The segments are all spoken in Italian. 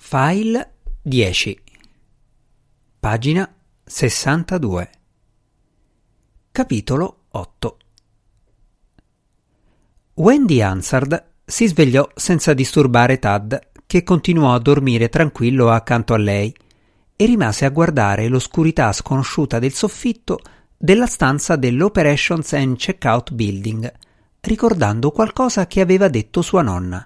File 10, pagina 62, capitolo 8. Wendy Hansard si svegliò senza disturbare Tad, che continuò a dormire tranquillo accanto a lei, e rimase a guardare l'oscurità sconosciuta del soffitto della stanza dell'Operations and Checkout Building, ricordando qualcosa che aveva detto sua nonna.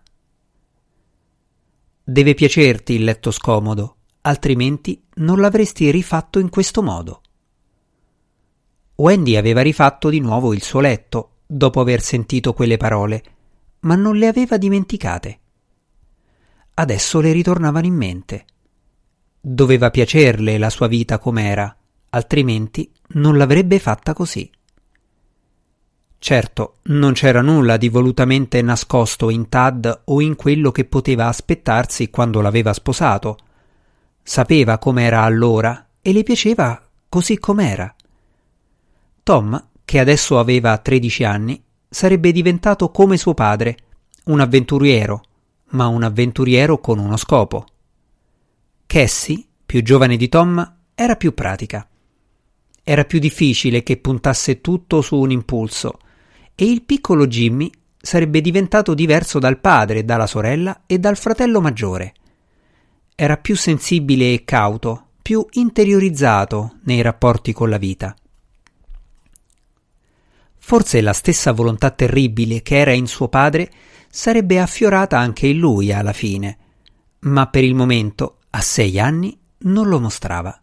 Deve piacerti il letto scomodo, altrimenti non l'avresti rifatto in questo modo. Wendy aveva rifatto di nuovo il suo letto, dopo aver sentito quelle parole, ma non le aveva dimenticate. Adesso le ritornavano in mente. Doveva piacerle la sua vita com'era, altrimenti non l'avrebbe fatta così. Certo, non c'era nulla di volutamente nascosto in Tad o in quello che poteva aspettarsi quando l'aveva sposato. Sapeva com'era allora e le piaceva così com'era. Tom, che adesso aveva 13 anni, sarebbe diventato come suo padre, un avventuriero, ma un avventuriero con uno scopo. Cassie, più giovane di Tom, era più pratica. Era più difficile che puntasse tutto su un impulso, e il piccolo Jimmy sarebbe diventato diverso dal padre, dalla sorella e dal fratello maggiore. Era più sensibile e cauto, più interiorizzato nei rapporti con la vita. Forse la stessa volontà terribile che era in suo padre sarebbe affiorata anche in lui alla fine, ma per il momento, a 6 anni, non lo mostrava.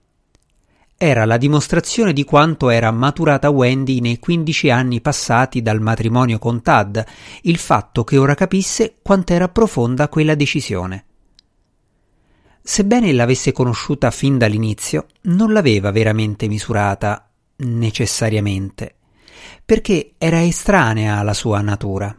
Era la dimostrazione di quanto era maturata Wendy nei 15 anni passati dal matrimonio con Tad, il fatto che ora capisse quant'era profonda quella decisione. Sebbene l'avesse conosciuta fin dall'inizio, non l'aveva veramente misurata, necessariamente, perché era estranea alla sua natura.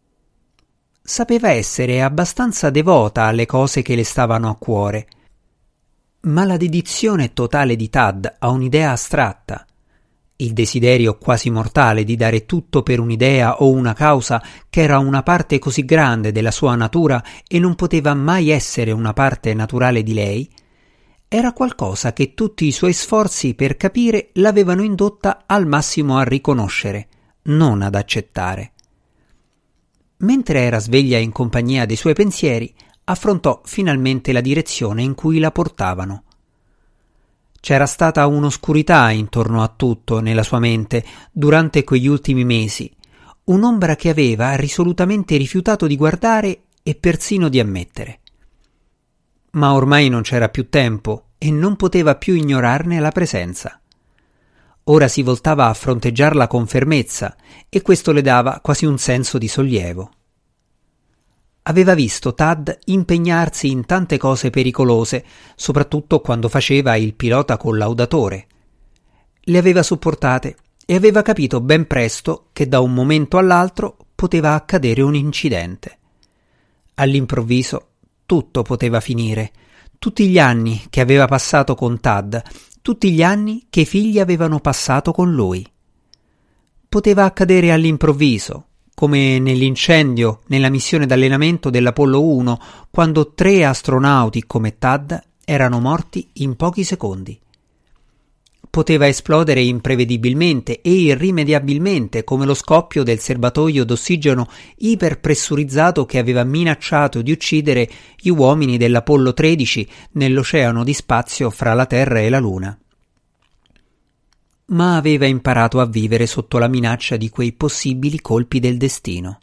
Sapeva essere abbastanza devota alle cose che le stavano a cuore, ma la dedizione totale di Tad a un'idea astratta, il desiderio quasi mortale di dare tutto per un'idea o una causa che era una parte così grande della sua natura e non poteva mai essere una parte naturale di lei, era qualcosa che tutti i suoi sforzi per capire l'avevano indotta al massimo a riconoscere, non ad accettare. Mentre era sveglia in compagnia dei suoi pensieri, affrontò finalmente la direzione in cui la portavano. C'era stata un'oscurità intorno a tutto nella sua mente durante quegli ultimi mesi, un'ombra che aveva risolutamente rifiutato di guardare e persino di ammettere. Ma ormai non c'era più tempo e non poteva più ignorarne la presenza. Ora si voltava a fronteggiarla con fermezza e questo le dava quasi un senso di sollievo. Aveva visto Tad impegnarsi in tante cose pericolose, soprattutto quando faceva il pilota collaudatore. Le aveva sopportate e aveva capito ben presto che da un momento all'altro poteva accadere un incidente. All'improvviso tutto poteva finire, tutti gli anni che aveva passato con Tad, tutti gli anni che i figli avevano passato con lui. Poteva accadere all'improvviso, come nell'incendio nella missione d'allenamento dell'Apollo 1, quando 3 astronauti come Tad erano morti in pochi secondi. Poteva esplodere imprevedibilmente e irrimediabilmente, come lo scoppio del serbatoio d'ossigeno iperpressurizzato che aveva minacciato di uccidere gli uomini dell'Apollo 13 nell'oceano di spazio fra la Terra e la Luna. Ma aveva imparato a vivere sotto la minaccia di quei possibili colpi del destino.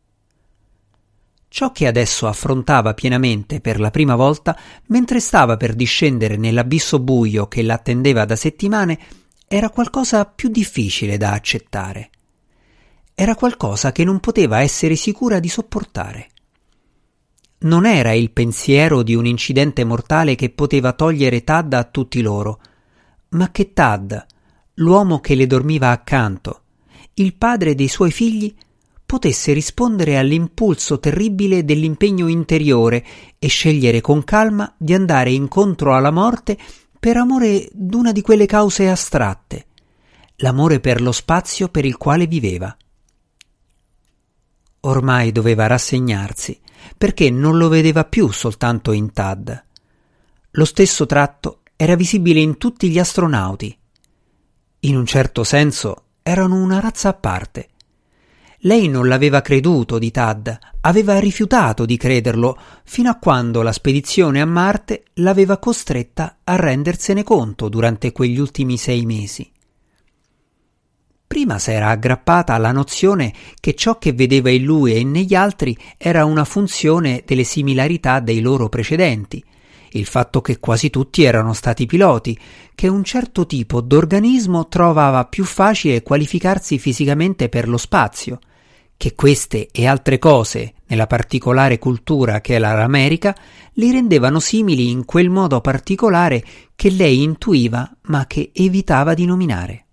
Ciò che adesso affrontava pienamente per la prima volta, mentre stava per discendere nell'abisso buio che l'attendeva da settimane, era qualcosa più difficile da accettare. Era qualcosa che non poteva essere sicura di sopportare. Non era il pensiero di un incidente mortale che poteva togliere Tad a tutti loro, ma che Tad, l'uomo che le dormiva accanto, il padre dei suoi figli, potesse rispondere all'impulso terribile dell'impegno interiore e scegliere con calma di andare incontro alla morte per amore d'una di quelle cause astratte, l'amore per lo spazio per il quale viveva. Ormai doveva rassegnarsi, perché non lo vedeva più soltanto in Tad. Lo stesso tratto era visibile in tutti gli astronauti. In un certo senso erano una razza a parte. Lei non l'aveva creduto di Tad, aveva rifiutato di crederlo fino a quando la spedizione a Marte l'aveva costretta a rendersene conto durante quegli ultimi 6 mesi. Prima s'era aggrappata alla nozione che ciò che vedeva in lui e negli altri era una funzione delle similarità dei loro precedenti, il fatto che quasi tutti erano stati piloti, che un certo tipo d'organismo trovava più facile qualificarsi fisicamente per lo spazio, che queste e altre cose, nella particolare cultura che era l'America, li rendevano simili in quel modo particolare che lei intuiva ma che evitava di nominare.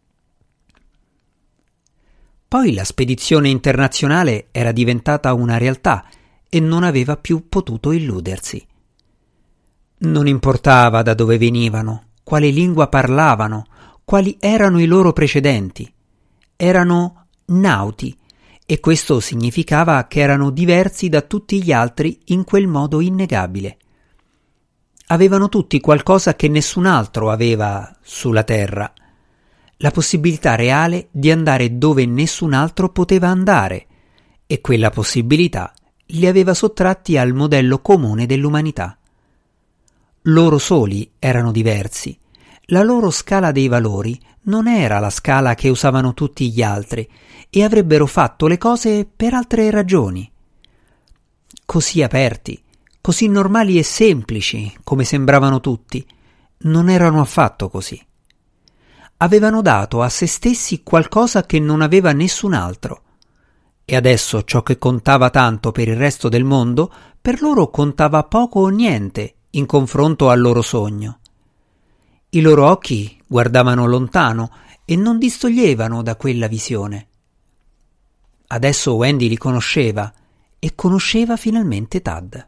Poi la spedizione internazionale era diventata una realtà e non aveva più potuto illudersi. Non importava da dove venivano, quale lingua parlavano, quali erano i loro precedenti. Erano nauti, e questo significava che erano diversi da tutti gli altri in quel modo innegabile. Avevano tutti qualcosa che nessun altro aveva sulla Terra, la possibilità reale di andare dove nessun altro poteva andare, e quella possibilità li aveva sottratti al modello comune dell'umanità. Loro soli erano diversi. La loro scala dei valori non era la scala che usavano tutti gli altri e avrebbero fatto le cose per altre ragioni. Così aperti, così normali e semplici come sembravano tutti, non erano affatto così. Avevano dato a se stessi qualcosa che non aveva nessun altro. E adesso ciò che contava tanto per il resto del mondo, per loro contava poco o niente in confronto al loro sogno. I loro occhi guardavano lontano e non distoglievano da quella visione. Adesso Wendy li conosceva e conosceva finalmente Tad.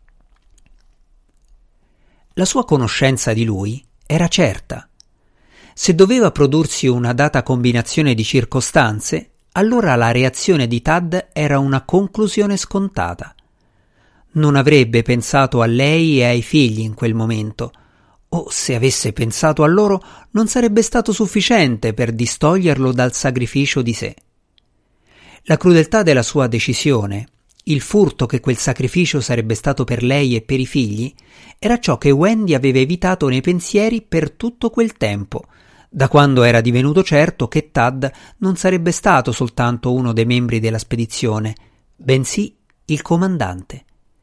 La sua conoscenza di lui era certa. Se doveva prodursi una data combinazione di circostanze, allora la reazione di Tad era una conclusione scontata. Non avrebbe pensato a lei e ai figli in quel momento, o se avesse pensato a loro non sarebbe stato sufficiente per distoglierlo dal sacrificio di sé. La crudeltà della sua decisione, il furto che quel sacrificio sarebbe stato per lei e per i figli, era ciò che Wendy aveva evitato nei pensieri per tutto quel tempo, da quando era divenuto certo che Tad non sarebbe stato soltanto uno dei membri della spedizione, bensì il comandante.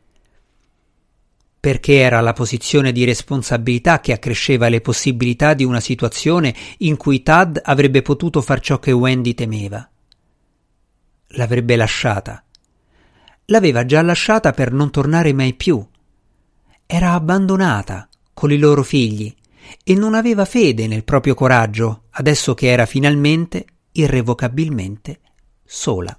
Perché era la posizione di responsabilità che accresceva le possibilità di una situazione in cui Tad avrebbe potuto far ciò che Wendy temeva. L'avrebbe lasciata. L'aveva già lasciata per non tornare mai più. Era abbandonata con i loro figli e non aveva fede nel proprio coraggio adesso che era finalmente, irrevocabilmente, sola.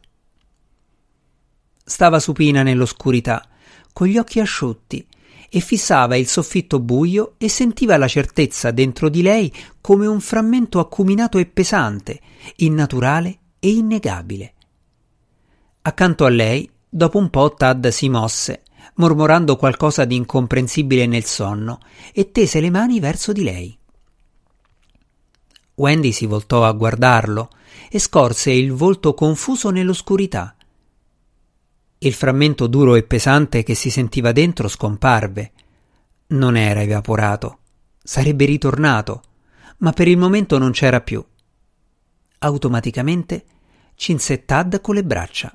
Stava supina nell'oscurità, con gli occhi asciutti, e fissava il soffitto buio e sentiva la certezza dentro di lei come un frammento acuminato e pesante, innaturale e innegabile. Accanto a lei, dopo un po', Tad si mosse, mormorando qualcosa di incomprensibile nel sonno, e tese le mani verso di lei. Wendy si voltò a guardarlo e scorse il volto confuso nell'oscurità. Il frammento duro e pesante che si sentiva dentro scomparve. Non era evaporato. Sarebbe ritornato, ma per il momento non c'era più. Automaticamente cinse Tad con le braccia.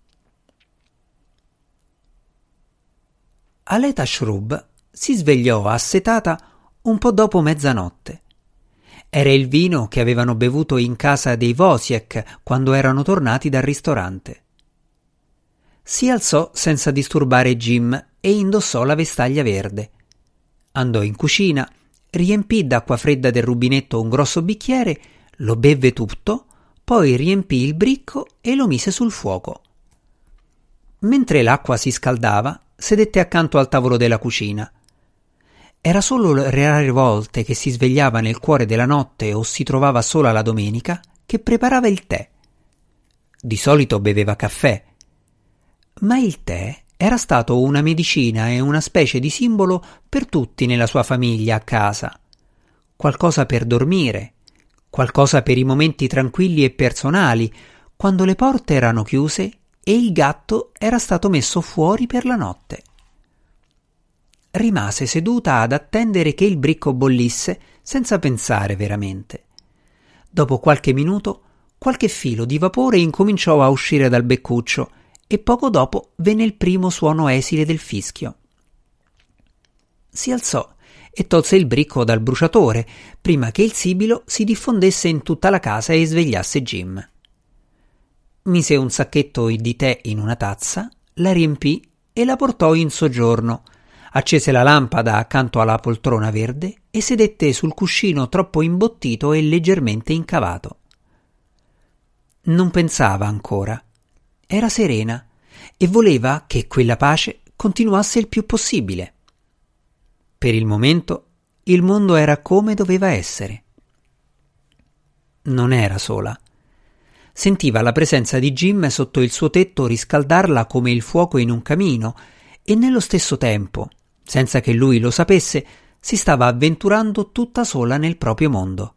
Aleta Shrub si svegliò assetata un po' dopo mezzanotte. Era il vino che avevano bevuto in casa dei Wosiek quando erano tornati dal ristorante. Si alzò senza disturbare Jim e indossò la vestaglia verde. Andò in cucina, riempì d'acqua fredda del rubinetto un grosso bicchiere, lo bevve tutto, poi riempì il bricco e lo mise sul fuoco. Mentre l'acqua si scaldava, sedette accanto al tavolo della cucina. Era solo le rare volte che si svegliava nel cuore della notte o si trovava sola la domenica che preparava il tè. Di solito beveva caffè, ma il tè era stato una medicina e una specie di simbolo per tutti nella sua famiglia a casa. Qualcosa per dormire, qualcosa per i momenti tranquilli e personali, quando le porte erano chiuse e il gatto era stato messo fuori per la notte. Rimase seduta ad attendere che il bricco bollisse senza pensare veramente. Dopo qualche minuto, qualche filo di vapore incominciò a uscire dal beccuccio e poco dopo venne il primo suono esile del fischio. Si alzò e tolse il bricco dal bruciatore prima che il sibilo si diffondesse in tutta la casa e svegliasse Jim. Mise un sacchetto di tè in una tazza, la riempì e la portò in soggiorno. Accese la lampada accanto alla poltrona verde e sedette sul cuscino troppo imbottito e leggermente incavato. Non pensava ancora. Era serena e voleva che quella pace continuasse il più possibile. Per il momento il mondo era come doveva essere. Non era sola. Sentiva la presenza di Jim sotto il suo tetto riscaldarla come il fuoco in un camino e nello stesso tempo, senza che lui lo sapesse, si stava avventurando tutta sola nel proprio mondo.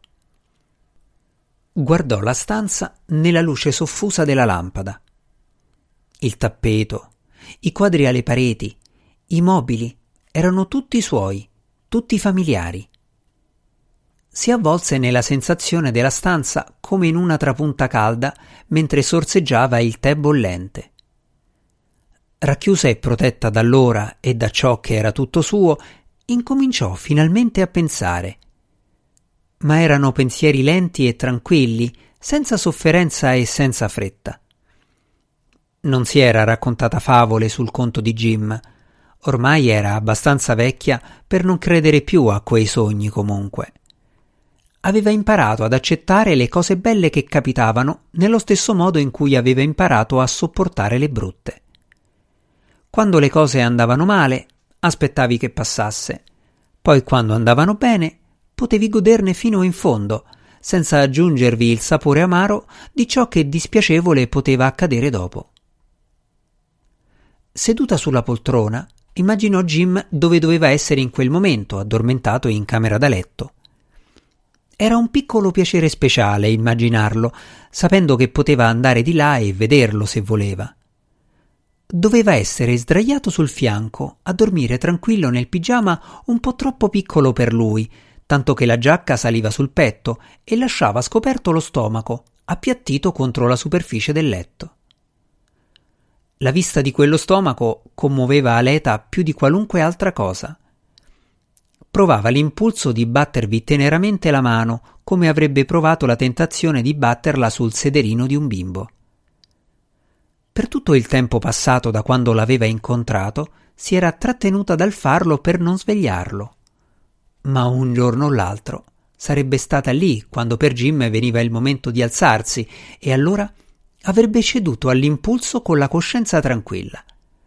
Guardò la stanza nella luce soffusa della lampada. Il tappeto, i quadri alle pareti, i mobili erano tutti suoi, tutti familiari. Si avvolse nella sensazione della stanza come in una trapunta calda mentre sorseggiava il tè bollente. Racchiusa e protetta dall'ora e da ciò che era tutto suo, incominciò finalmente a pensare. Ma erano pensieri lenti e tranquilli, senza sofferenza e senza fretta. Non si era raccontata favole sul conto di Jim. Ormai era abbastanza vecchia per non credere più a quei sogni comunque. Aveva imparato ad accettare le cose belle che capitavano nello stesso modo in cui aveva imparato a sopportare le brutte. Quando le cose andavano male, aspettavi che passasse. Poi quando andavano bene, potevi goderne fino in fondo, senza aggiungervi il sapore amaro di ciò che dispiacevole poteva accadere dopo. Seduta sulla poltrona, immaginò Jim dove doveva essere in quel momento, addormentato in camera da letto. Era un piccolo piacere speciale immaginarlo, sapendo che poteva andare di là e vederlo se voleva. Doveva essere sdraiato sul fianco, a dormire tranquillo nel pigiama un po' troppo piccolo per lui, tanto che la giacca saliva sul petto e lasciava scoperto lo stomaco, appiattito contro la superficie del letto. La vista di quello stomaco commuoveva Aleta più di qualunque altra cosa. Provava l'impulso di battervi teneramente la mano, come avrebbe provato la tentazione di batterla sul sederino di un bimbo. Per tutto il tempo passato da quando l'aveva incontrato, si era trattenuta dal farlo per non svegliarlo. Ma un giorno o l'altro sarebbe stata lì quando per Jim veniva il momento di alzarsi e allora avrebbe ceduto all'impulso con la coscienza tranquilla.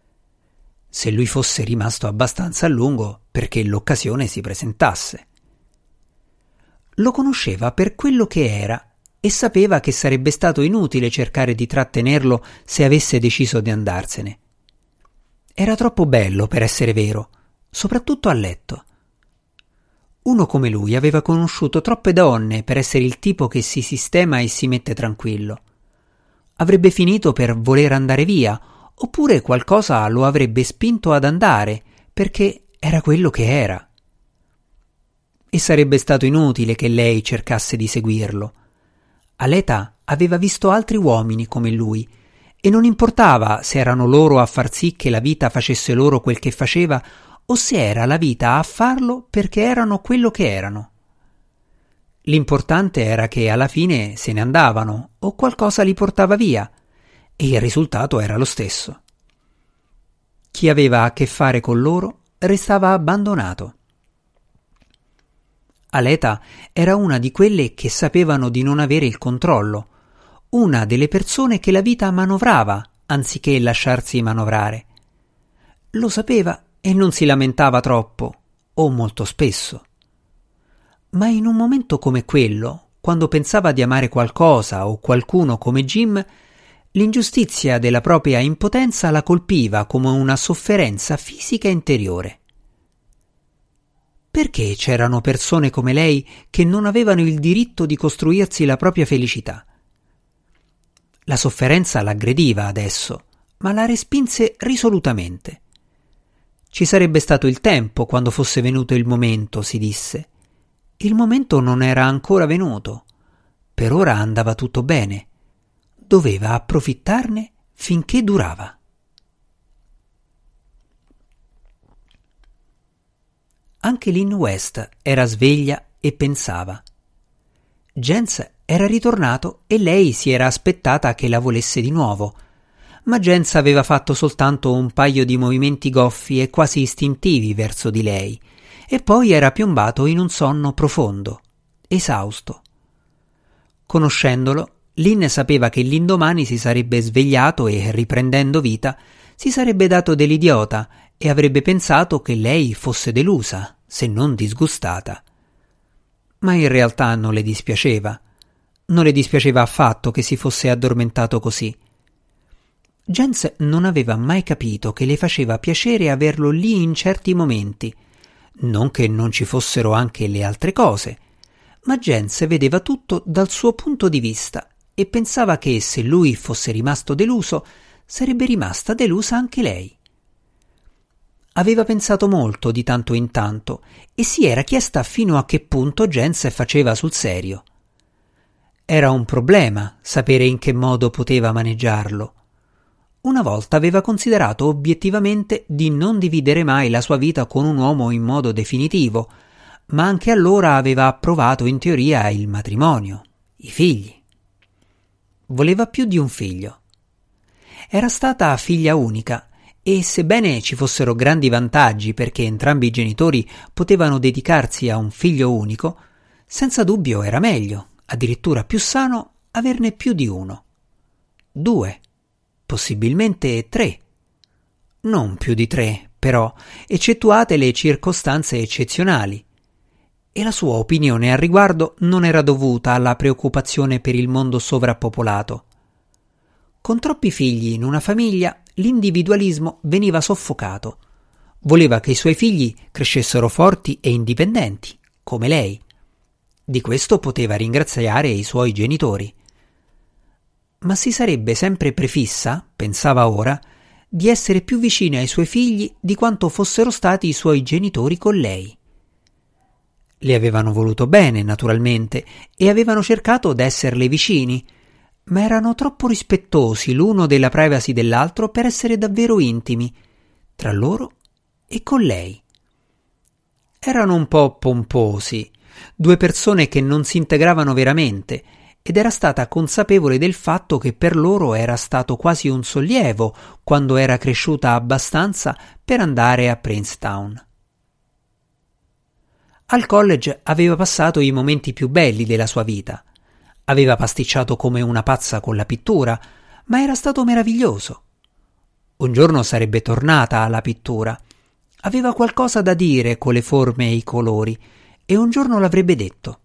Se lui fosse rimasto abbastanza a lungo perché l'occasione si presentasse. Lo conosceva per quello che era e sapeva che sarebbe stato inutile cercare di trattenerlo se avesse deciso di andarsene. Era troppo bello per essere vero, soprattutto a letto. Uno come lui aveva conosciuto troppe donne per essere il tipo che si sistema e si mette tranquillo. Avrebbe finito per voler andare via, oppure qualcosa lo avrebbe spinto ad andare, perché era quello che era. E sarebbe stato inutile che lei cercasse di seguirlo. Aleta aveva visto altri uomini come lui, e non importava se erano loro a far sì che la vita facesse loro quel che faceva, o se era la vita a farlo perché erano quello che erano. L'importante era che alla fine se ne andavano o qualcosa li portava via, e il risultato era lo stesso. Chi aveva a che fare con loro restava abbandonato. Aleta era una di quelle che sapevano di non avere il controllo, una delle persone che la vita manovrava anziché lasciarsi manovrare. Lo sapeva e non si lamentava troppo, o molto spesso. Ma in un momento come quello, quando pensava di amare qualcosa o qualcuno come Jim, L'ingiustizia della propria impotenza la colpiva come una sofferenza fisica interiore. Perché c'erano persone come lei che non avevano il diritto di costruirsi la propria felicità? La sofferenza l'aggrediva adesso, ma la respinse risolutamente. Ci sarebbe stato il tempo quando fosse venuto il momento, si disse. Il momento non era ancora venuto. Per ora andava tutto bene. Doveva approfittarne finché durava. Anche Lynn West era sveglia e pensava. Jens era ritornato e lei si era aspettata che la volesse di nuovo, ma Jens aveva fatto soltanto un paio di movimenti goffi e quasi istintivi verso di lei, e poi era piombato in un sonno profondo, esausto. Conoscendolo, Lynn sapeva che l'indomani si sarebbe svegliato e, riprendendo vita, si sarebbe dato dell'idiota e avrebbe pensato che lei fosse delusa, se non disgustata. Ma in realtà non le dispiaceva. Non le dispiaceva affatto che si fosse addormentato così. Jens non aveva mai capito che le faceva piacere averlo lì in certi momenti. Non che non ci fossero anche le altre cose, ma Jens vedeva tutto dal suo punto di vista e pensava che se lui fosse rimasto deluso, sarebbe rimasta delusa anche lei. Aveva pensato molto di tanto in tanto e si era chiesta fino a che punto Jens faceva sul serio. Era un problema sapere in che modo poteva maneggiarlo. Una volta aveva considerato obiettivamente di non dividere mai la sua vita con un uomo in modo definitivo, ma anche allora aveva approvato in teoria il matrimonio, i figli. Voleva più di un figlio. Era stata figlia unica e, sebbene ci fossero grandi vantaggi perché entrambi i genitori potevano dedicarsi a un figlio unico, senza dubbio era meglio, addirittura più sano, averne più di uno. 2, possibilmente 3. Non più di 3, però, eccettuate le circostanze eccezionali. E la sua opinione al riguardo non era dovuta alla preoccupazione per il mondo sovrappopolato. Con troppi figli in una famiglia, l'individualismo veniva soffocato. Voleva che i suoi figli crescessero forti e indipendenti, come lei. Di questo poteva ringraziare i suoi genitori. Ma si sarebbe sempre prefissa, pensava ora, di essere più vicina ai suoi figli di quanto fossero stati i suoi genitori con lei. Le avevano voluto bene, naturalmente, e avevano cercato d'esserle vicini, ma erano troppo rispettosi l'uno della privacy dell'altro per essere davvero intimi, tra loro e con lei. Erano un po' pomposi, 2 persone che non si integravano veramente, ed era stata consapevole del fatto che per loro era stato quasi un sollievo quando era cresciuta abbastanza per andare a Princetown. Al college aveva passato i momenti più belli della sua vita. Aveva pasticciato come una pazza con la pittura, ma era stato meraviglioso. Un giorno sarebbe tornata alla pittura. Aveva qualcosa da dire con le forme e i colori, e un giorno l'avrebbe detto.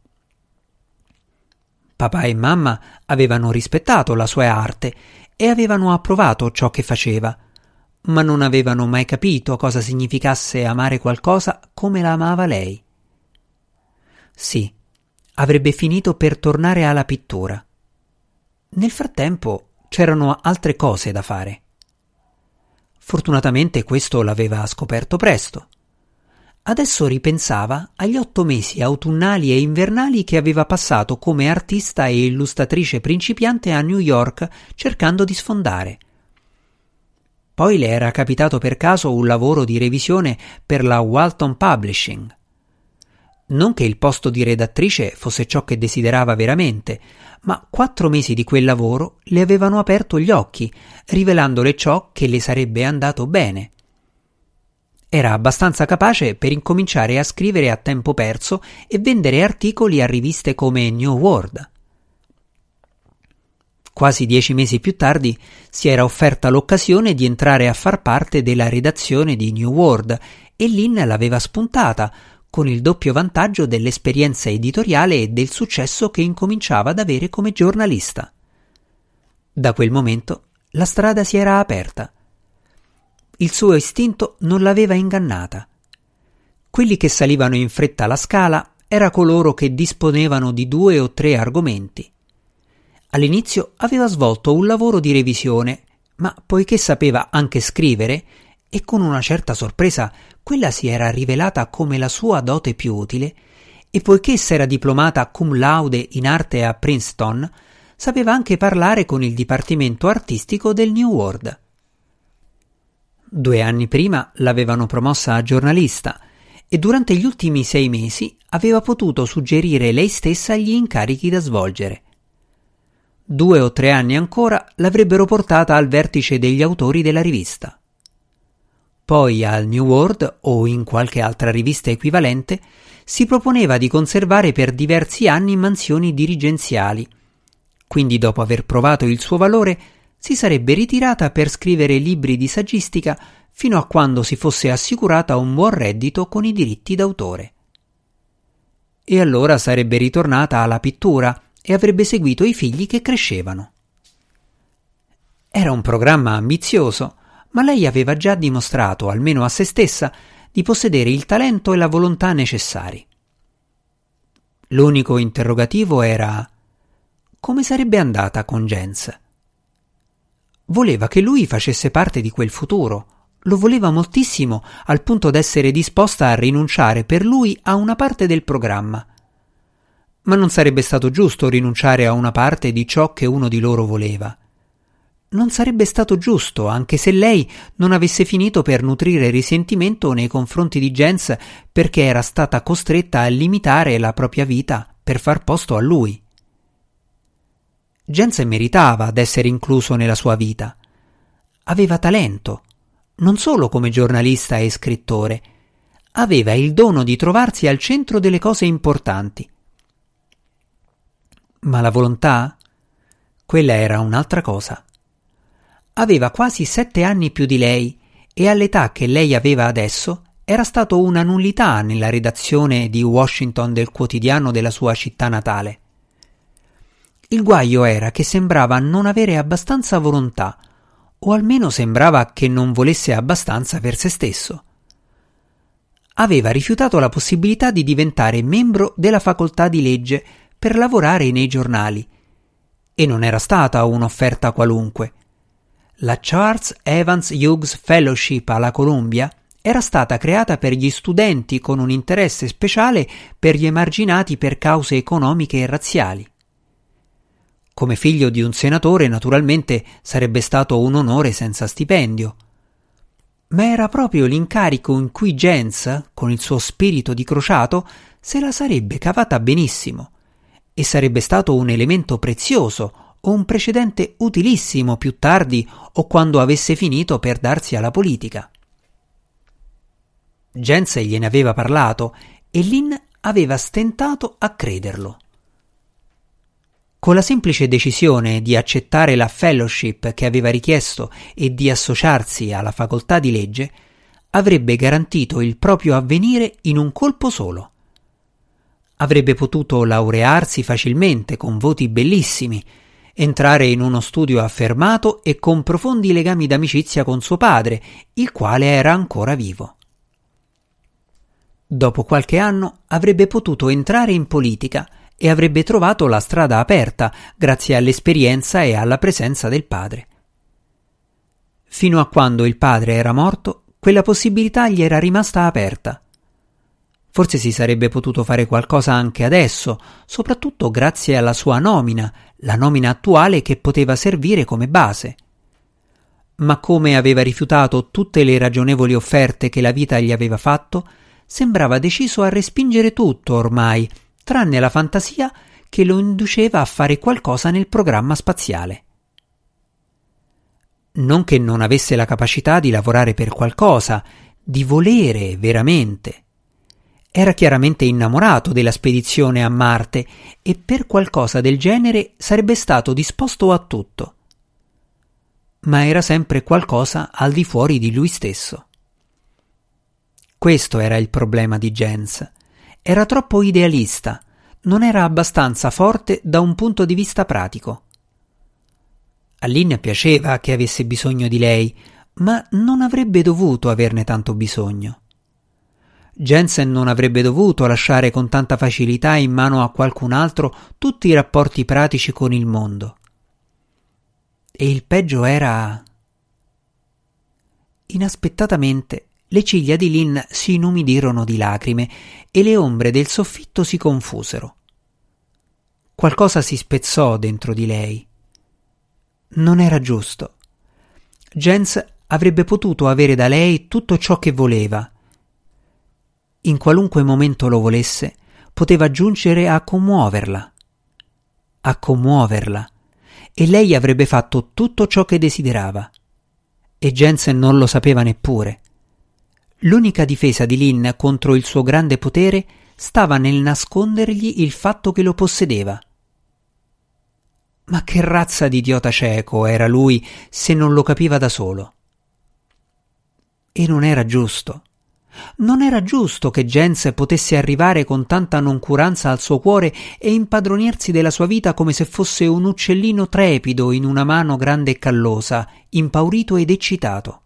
Papà e mamma avevano rispettato la sua arte e avevano approvato ciò che faceva, ma non avevano mai capito cosa significasse amare qualcosa come la amava lei. Sì, avrebbe finito per tornare alla pittura. Nel frattempo c'erano altre cose da fare. Fortunatamente questo l'aveva scoperto presto. Adesso ripensava agli 8 mesi autunnali e invernali che aveva passato come artista e illustratrice principiante a New York cercando di sfondare. Poi le era capitato per caso un lavoro di revisione per la Walton Publishing. Non che il posto di redattrice fosse ciò che desiderava veramente, ma 4 mesi di quel lavoro le avevano aperto gli occhi, rivelandole ciò che le sarebbe andato bene. Era abbastanza capace per incominciare a scrivere a tempo perso e vendere articoli a riviste come New World. Quasi 10 mesi più tardi si era offerta l'occasione di entrare a far parte della redazione di New World e Lynn l'aveva spuntata, con il doppio vantaggio dell'esperienza editoriale e del successo che incominciava ad avere come giornalista. Da quel momento La strada si era aperta. Il suo istinto non l'aveva ingannata. Quelli che salivano in fretta la scala era coloro che disponevano di 2 o 3 argomenti. All'inizio aveva svolto un lavoro di revisione, ma poiché sapeva anche scrivere, e con una certa sorpresa quella si era rivelata come la sua dote più utile, e poiché s'era diplomata cum laude in arte a Princeton, sapeva anche parlare con il dipartimento artistico del New World. 2 anni prima l'avevano promossa a giornalista e durante gli ultimi 6 mesi aveva potuto suggerire lei stessa gli incarichi da svolgere. 2 o 3 anni ancora l'avrebbero portata al vertice degli autori della rivista. Poi al New World o in qualche altra rivista equivalente si proponeva di conservare per diversi anni mansioni dirigenziali. Quindi dopo aver provato il suo valore si sarebbe ritirata per scrivere libri di saggistica fino a quando si fosse assicurata un buon reddito con i diritti d'autore. E allora sarebbe ritornata alla pittura e avrebbe seguito i figli che crescevano. Era un programma ambizioso, ma lei aveva già dimostrato, almeno a se stessa, di possedere il talento e la volontà necessari. L'unico interrogativo era: come sarebbe andata con Jens? Voleva che lui facesse parte di quel futuro, lo voleva moltissimo al punto d'essere disposta a rinunciare per lui a una parte del programma. Ma non sarebbe stato giusto rinunciare a una parte di ciò che uno di loro voleva. Non sarebbe stato giusto, anche se lei non avesse finito per nutrire risentimento nei confronti di Jens perché era stata costretta a limitare la propria vita per far posto a lui. Jens meritava d'essere incluso nella sua vita. Aveva talento, non solo come giornalista e scrittore, aveva il dono di trovarsi al centro delle cose importanti. Ma la volontà? Quella era un'altra cosa. Aveva quasi 7 anni più di lei e all'età che lei aveva adesso era stato una nullità nella redazione di Washington del quotidiano della sua città natale. Il guaio era che sembrava non avere abbastanza volontà, o almeno sembrava che non volesse abbastanza per se stesso. Aveva rifiutato la possibilità di diventare membro della facoltà di legge per lavorare nei giornali, e non era stata un'offerta qualunque. La Charles Evans Hughes Fellowship alla Columbia era stata creata per gli studenti con un interesse speciale per gli emarginati per cause economiche e razziali. Come figlio di un senatore, naturalmente, sarebbe stato un onore senza stipendio. Ma era proprio l'incarico in cui Jens, con il suo spirito di crociato, se la sarebbe cavata benissimo, e sarebbe stato un elemento prezioso o un precedente utilissimo più tardi o quando avesse finito per darsi alla politica. Jens gliene aveva parlato e Lynn aveva stentato a crederlo. Con la semplice decisione di accettare la fellowship che aveva richiesto e di associarsi alla facoltà di legge, avrebbe garantito il proprio avvenire in un colpo solo. Avrebbe potuto laurearsi facilmente con voti bellissimi, entrare in uno studio affermato e con profondi legami d'amicizia con suo padre, il quale era ancora vivo. Dopo qualche anno avrebbe potuto entrare in politica e avrebbe trovato la strada aperta grazie all'esperienza e alla presenza del padre. Fino a quando il padre era morto, quella possibilità gli era rimasta aperta. Forse si sarebbe potuto fare qualcosa anche adesso, soprattutto grazie alla sua nomina, la nomina attuale che poteva servire come base. Ma come aveva rifiutato tutte le ragionevoli offerte che la vita gli aveva fatto, sembrava deciso a respingere tutto ormai, tranne la fantasia che lo induceva a fare qualcosa nel programma spaziale. Non che non avesse la capacità di lavorare per qualcosa, di volere veramente. Era chiaramente innamorato della spedizione a Marte e per qualcosa del genere sarebbe stato disposto a tutto. Ma era sempre qualcosa al di fuori di lui stesso. Questo era il problema di Jens. Era troppo idealista, non era abbastanza forte da un punto di vista pratico. A Lynn piaceva che avesse bisogno di lei, ma non avrebbe dovuto averne tanto bisogno. Jensen non avrebbe dovuto lasciare con tanta facilità in mano a qualcun altro tutti i rapporti pratici con il mondo. E il peggio era... Inaspettatamente le ciglia di Lynn si inumidirono di lacrime e le ombre del soffitto si confusero. Qualcosa si spezzò dentro di lei. Non era giusto. Jens avrebbe potuto avere da lei tutto ciò che voleva. In qualunque momento lo volesse, poteva giungere a commuoverla, e lei avrebbe fatto tutto ciò che desiderava. E Jensen non lo sapeva neppure. L'unica difesa di Lynn contro il suo grande potere stava nel nascondergli il fatto che lo possedeva. Ma che razza di idiota cieco era lui se non lo capiva da solo? E non era giusto. Non era giusto che Jens potesse arrivare con tanta noncuranza al suo cuore e impadronirsi della sua vita come se fosse un uccellino trepido in una mano grande e callosa, impaurito ed eccitato.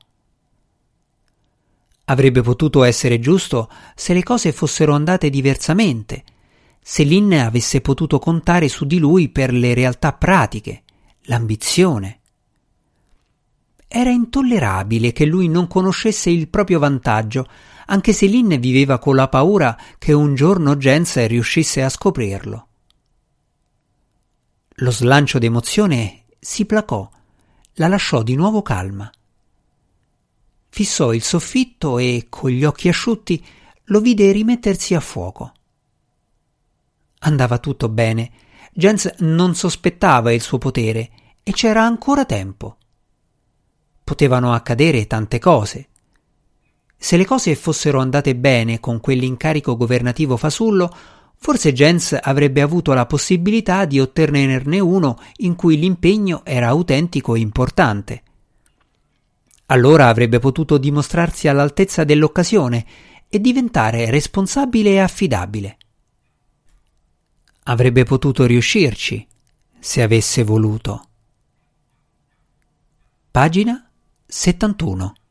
Avrebbe potuto essere giusto se le cose fossero andate diversamente, se Lynn avesse potuto contare su di lui per le realtà pratiche, l'ambizione. Era intollerabile che lui non conoscesse il proprio vantaggio, anche se Lynn viveva con la paura che un giorno Jens riuscisse a scoprirlo. Lo slancio d'emozione si placò, la lasciò di nuovo calma. Fissò il soffitto e, con gli occhi asciutti, lo vide rimettersi a fuoco. Andava tutto bene. Jens non sospettava il suo potere e c'era ancora tempo. Potevano accadere tante cose. Se le cose fossero andate bene con quell'incarico governativo fasullo, forse Jens avrebbe avuto la possibilità di ottenerne uno in cui l'impegno era autentico e importante. Allora avrebbe potuto dimostrarsi all'altezza dell'occasione e diventare responsabile e affidabile. Avrebbe potuto riuscirci, se avesse voluto. Pagina 71.